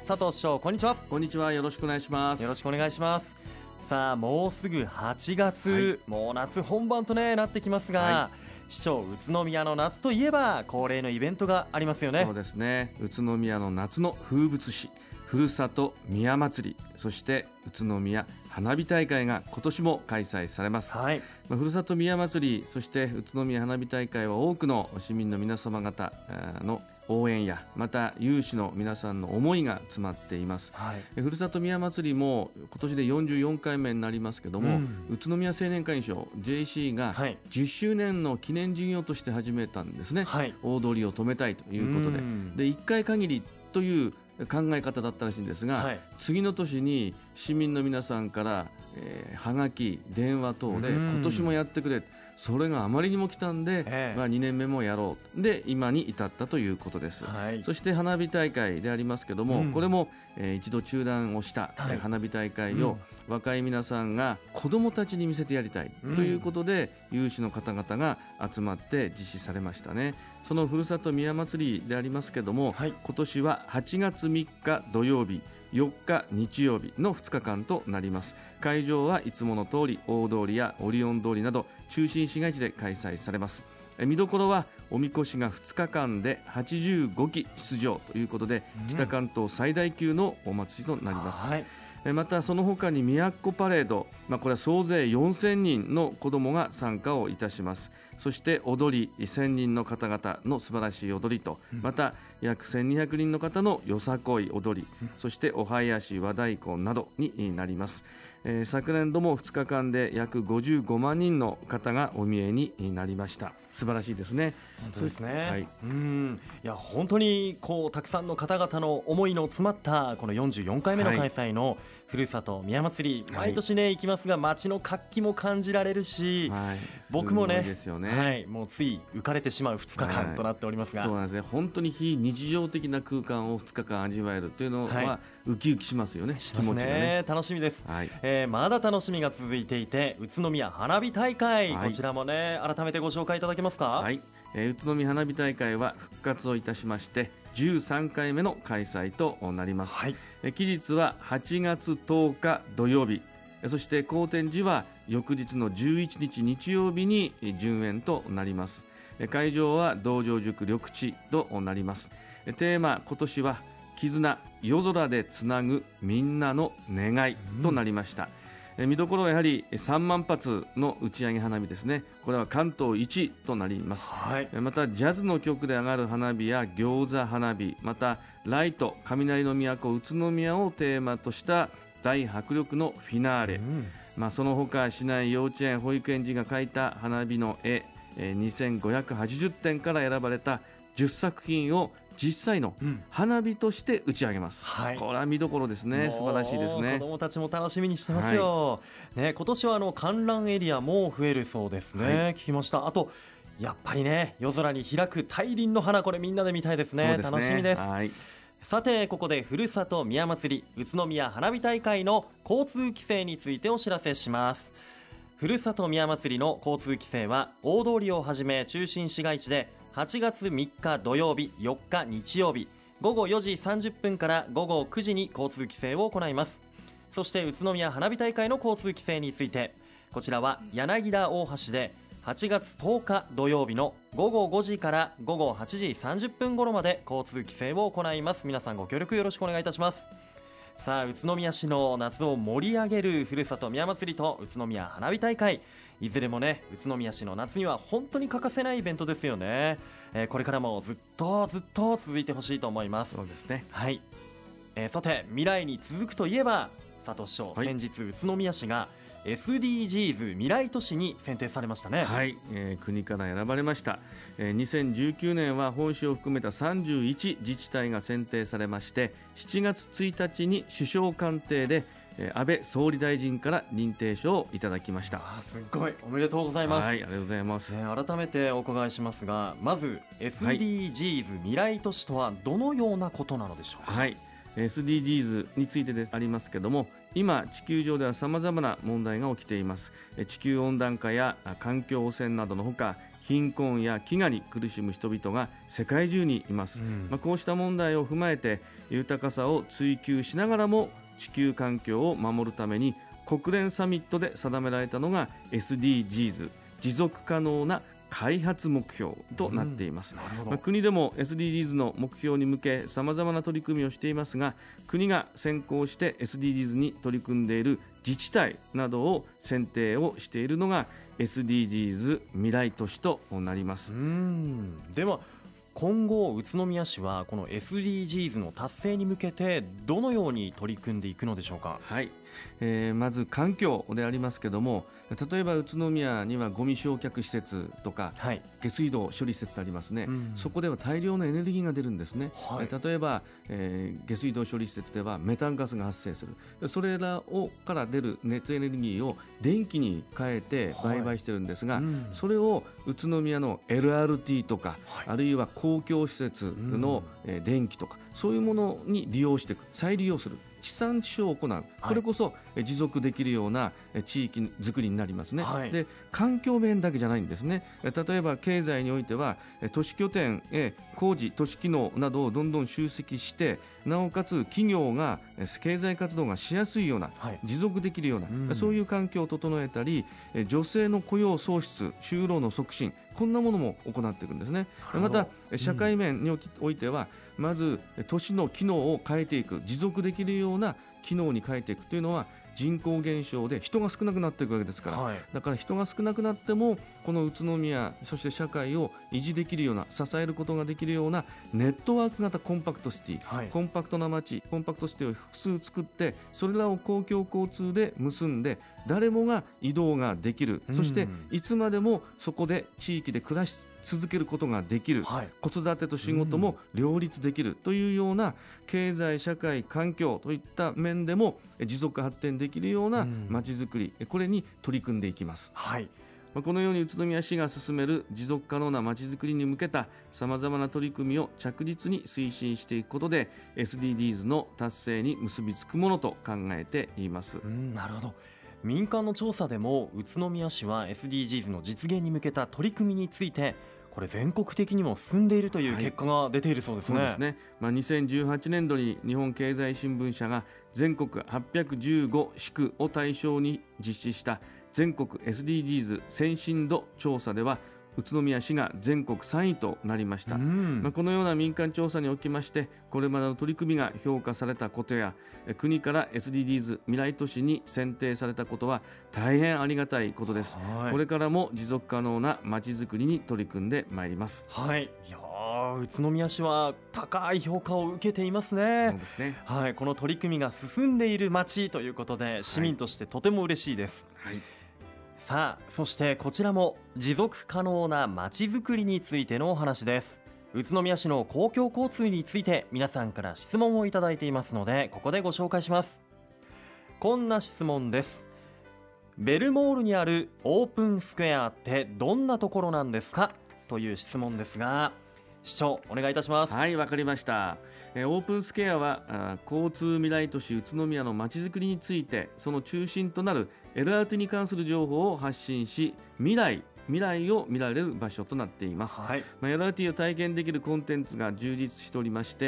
佐藤市長、こんにちは。 こんにちは、よろしくお願いします。 よろしくお願いします。さあ、もうすぐ8月、もう夏本番と、なってきますが、市長、宇都宮の夏といえば恒例のイベントがありますよね。 そうですね。宇都宮の夏の風物詩、ふるさと宮祭り、そして宇都宮花火大会が今年も開催されます。ふるさと宮祭り、そして宇都宮花火大会は多くの市民の皆様方の応援や、また有志の皆さんの思いが詰まっています。ふるさと宮祭りも今年で44回目になりますけども、宇都宮青年会議所 JC が10周年の記念事業として始めたんですね。大通りを止めたいということで、1回限りという考え方だったらしいんですが、次の年に市民の皆さんから、はがき電話等で今年もやってくれ、それがあまりにも来たんで、2年目もやろうで今に至ったということです。そして花火大会でありますけども、これも、一度中断をした、花火大会を、若い皆さんが子どもたちに見せてやりたいということで、有志の方々が集まって実施されましたね。そのふるさと宮祭りでありますけども、今年は8月3日土曜日4日日曜日の2日間となります。会場はいつもの通り大通りやオリオン通りなど中心市街地で開催されます。見どころはおみこしが2日間で85基出場ということで、北関東最大級のお祭りとなります。またその他に都パレード、これは総勢4000人の子どもが参加をいたします。そして踊り1000人の方々の素晴らしい踊りと、また約1200人の方のよさこい踊り、そしてお囃子和太鼓などになります。昨年度も2日間で約55万人の方がお見えになりました。素晴らしいですね。 本当ですね。いや本当にたくさんの方々の思いの詰まったこの44回目の開催のふるさと宮祭り、毎年行きますが街の活気も感じられるし、僕もね、もうつい浮かれてしまう2日間となっておりますが、 そうなんですね。本当に非日常的な空間を2日間味わえるというのは、ウキウキしますよね。気持ちがね、 楽しみです。まだ楽しみが続いていて、宇都宮花火大会、こちらもね改めてご紹介いただけますか。 宇都宮花火大会は復活をいたしまして13回目の開催となります。期日は8月10日土曜日、そして好天寺は翌日の11日日曜日に順延となります。会場は道場塾緑地となります。テーマ今年は絆、夜空でつなぐみんなの願いとなりました。見どころはやはり3万発の打ち上げ花火ですね。これは関東一となります。またジャズの曲で上がる花火や餃子花火、またライト雷の都宇都宮をテーマとした大迫力のフィナーレ、その他市内幼稚園保育園児が描いた花火の絵2580点から選ばれた10作品を実際の花火として打ち上げます。これは見どころですね。素晴らしいですね。 子どもたちも楽しみにしてますよ、今年は観覧エリアも増えるそうですね、聞きました。あとやっぱりね、夜空に開く大輪の花、これみんなで見たいですね。楽しみです。さてここでふるさと宮祭り宇都宮花火大会の交通規制についてお知らせします。ふるさと宮祭りの交通規制は大通りをはじめ中心市街地で8月3日土曜日4日日曜日午後4時30分から午後9時に交通規制を行います。そして宇都宮花火大会の交通規制について、こちらは柳田大橋で8月10日土曜日の午後5時から午後8時30分頃まで交通規制を行います。皆さんご協力よろしくお願いいたします。さあ宇都宮市の夏を盛り上げるふるさと宮祭りと宇都宮花火大会、いずれもね宇都宮市の夏には本当に欠かせないイベントですよね。これからもずっと続いてほしいと思います。 そうですね。 さて未来に続くといえば佐藤市長、先日宇都宮市がSDGs 未来都市に選定されましたね。 国から選ばれました。2019年は本市を含めた31自治体が選定されまして、7月1日に首相官邸で安倍総理大臣から認定書をいただきました。 すごいおめでとうございます。 ありがとうございます。 改めてお伺いしますが、まず SDGs 未来都市とはどのようなことなのでしょうか。 SDGs についてでありますけども、今地球上ではさまざまな問題が起きています。地球温暖化や環境汚染などのほか、 貧困や飢餓に苦しむ人々が世界中にいます、こうした問題を踏まえて豊かさを追求しながらも地球環境を守るために国連サミットで定められたのが SDGs 持続可能な開発目標となっています、国でも SDGs の目標に向けさまざまな取り組みをしていますが、国が先行して SDGs に取り組んでいる自治体などを選定をしているのが SDGs 未来都市となります。 では今後宇都宮市はこの SDGs の達成に向けてどのように取り組んでいくのでしょうか。 はい、まず環境でありますけども、例えば宇都宮にはゴミ焼却施設とか、下水道処理施設ありますね、そこでは大量のエネルギーが出るんですね、例えば、下水道処理施設ではメタンガスが発生する。それらから出る熱エネルギーを電気に変えて売買してるんですが、それを宇都宮の LRT とか、あるいは公共施設の電気とか、そういうものに利用していく、再利用する、地産地消を行う、これこそ持続できるような地域づくりになりますね、で環境面だけじゃないんですね。例えば経済においては都市拠点工事、都市機能などをどんどん集積して、なおかつ企業が経済活動がしやすいような、持続できるような、そういう環境を整えたり、女性の雇用創出、就労の促進、こんなものも行っていくんですね。また社会面においては、まず都市の機能を変えていく、持続できるような機能に変えていくというのは、人口減少で人が少なくなっていくわけですから、だから人が少なくなってもこの宇都宮、そして社会を維持できるような、支えることができるようなネットワーク型コンパクトシティ、コンパクトな街、コンパクトシティを複数作って、それらを公共交通で結んで誰もが移動ができる、そしていつまでもそこで地域で暮らし続けることができる、子育てと仕事も両立できるというような経済社会環境といった面でも持続発展できるようなまちづくり、これに取り組んでいきます。このように宇都宮市が進める持続可能なまちづくりに向けたさまざまな取り組みを着実に推進していくことで SDGs の達成に結びつくものと考えています。 なるほど。民間の調査でも宇都宮市は SDGs の実現に向けた取り組みについてこれ全国的にも進んでいるという結果が出ているそうですね。 そうですね。2018年度に日本経済新聞社が全国815市区を対象に実施した全国 SDGs 先進度調査では、宇都宮市が全国3位となりました。このような民間調査におきまして、これまでの取り組みが評価されたことや、国から SDGs 未来都市に選定されたことは大変ありがたいことです。これからも持続可能なまちづくりに取り組んでまいります。 いや宇都宮市は高い評価を受けていますね。 そうですね。 この取り組みが進んでいる町ということで、市民としてとても嬉しいです。さあ、そしてこちらも持続可能なまちづくりについてのお話です。宇都宮市の公共交通について皆さんから質問をいただいていますので、ここでご紹介します。こんな質問です。ベルモールにあるオープンスクエアってどんなところなんですか、という質問ですが、市長お願いいたします。 はい、わかりました。オープンスクエアは交通未来都市宇都宮のまちづくりについて、その中心となる LRT に関する情報を発信し、未来を見られる場所となっています。LRT を体験できるコンテンツが充実しておりまして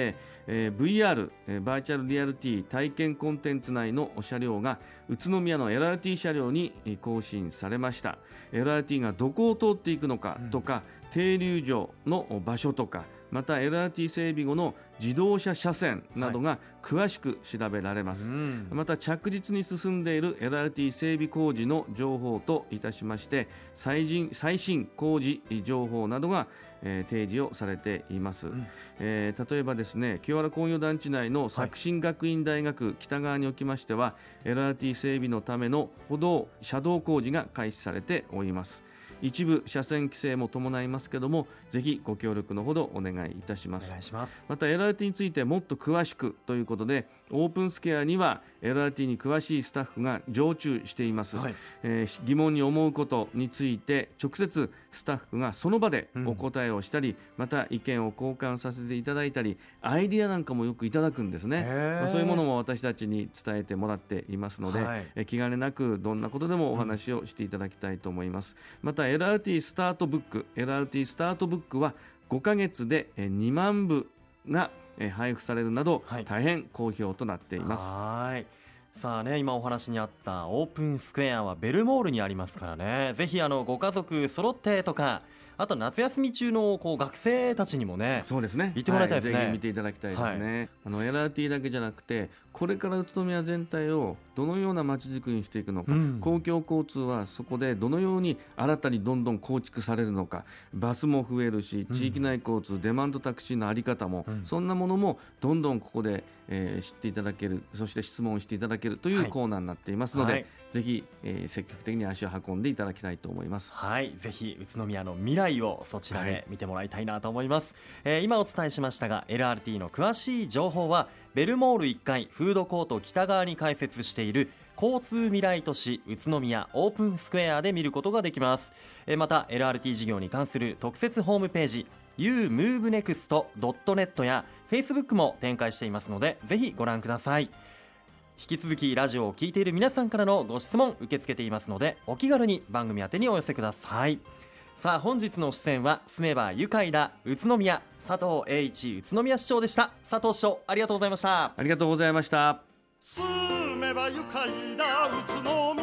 、VR バーチャルリアリティ体験コンテンツ内の車両が宇都宮の LRT 車両に更新されました。 LRT がどこを通っていくのかとか、停留所の場所とか、また LRT 整備後の自動車車線などが詳しく調べられます。また着実に進んでいる LRT 整備工事の情報といたしまして、最新工事情報などが提示をされています。例えばですね、清原工業団地内の作新学院大学北側におきましては、LRT 整備のための車道工事が開始されております。一部車線規制も伴いますけども、ぜひご協力のほどお願いいたします。また LRT についてもっと詳しくということで、オープンスクエアには LRT に詳しいスタッフが常駐しています。疑問に思うことについて直接スタッフがその場でお答えをしたり、また意見を交換させていただいたり、 アイディアなんかもよくいただくんですね。そういうものも私たちに伝えてもらっていますので、気兼ねなくどんなことでもお話をしていただきたいと思います。また LRT スタートブックは5ヶ月で2万部が配布されるなど、大変好評となっています。 さあね、今お話にあったオープンスクエアはベルモールにありますからね、ぜひご家族揃ってとか、あと夏休み中の学生たちにもね、 そうですね、 行ってもらいたいですね。 ぜひ見ていただきたいですね。LRT だけじゃなくて、これから宇都宮全体をどのような街づくりにしていくのか、公共交通はそこでどのように新たにどんどん構築されるのか、バスも増えるし、地域内交通、デマンドタクシーの在り方も、そんなものもどんどんここで、知っていただける、そして質問していただけるというコーナーになっていますので、ぜひ、積極的に足を運んでいただきたいと思います。 ぜひ宇都宮の未来をそちらで見てもらいたいなと思います。今お伝えしましたが LRT の詳しい情報はベルモール1階フードコート北側に開設している交通未来都市宇都宮オープンスクエアで見ることができます。また LRT 事業に関する特設ホームページ umovenext.net や Facebook も展開していますので、ぜひご覧ください。引き続きラジオを聞いている皆さんからのご質問受け付けていますので、お気軽に番組宛てにお寄せください。さあ本日の出演は住めば愉快だ宇都宮、佐藤栄一宇都宮市長でした。佐藤市長、ありがとうございました。 ありがとうございました。 住めば愉快だ宇都宮。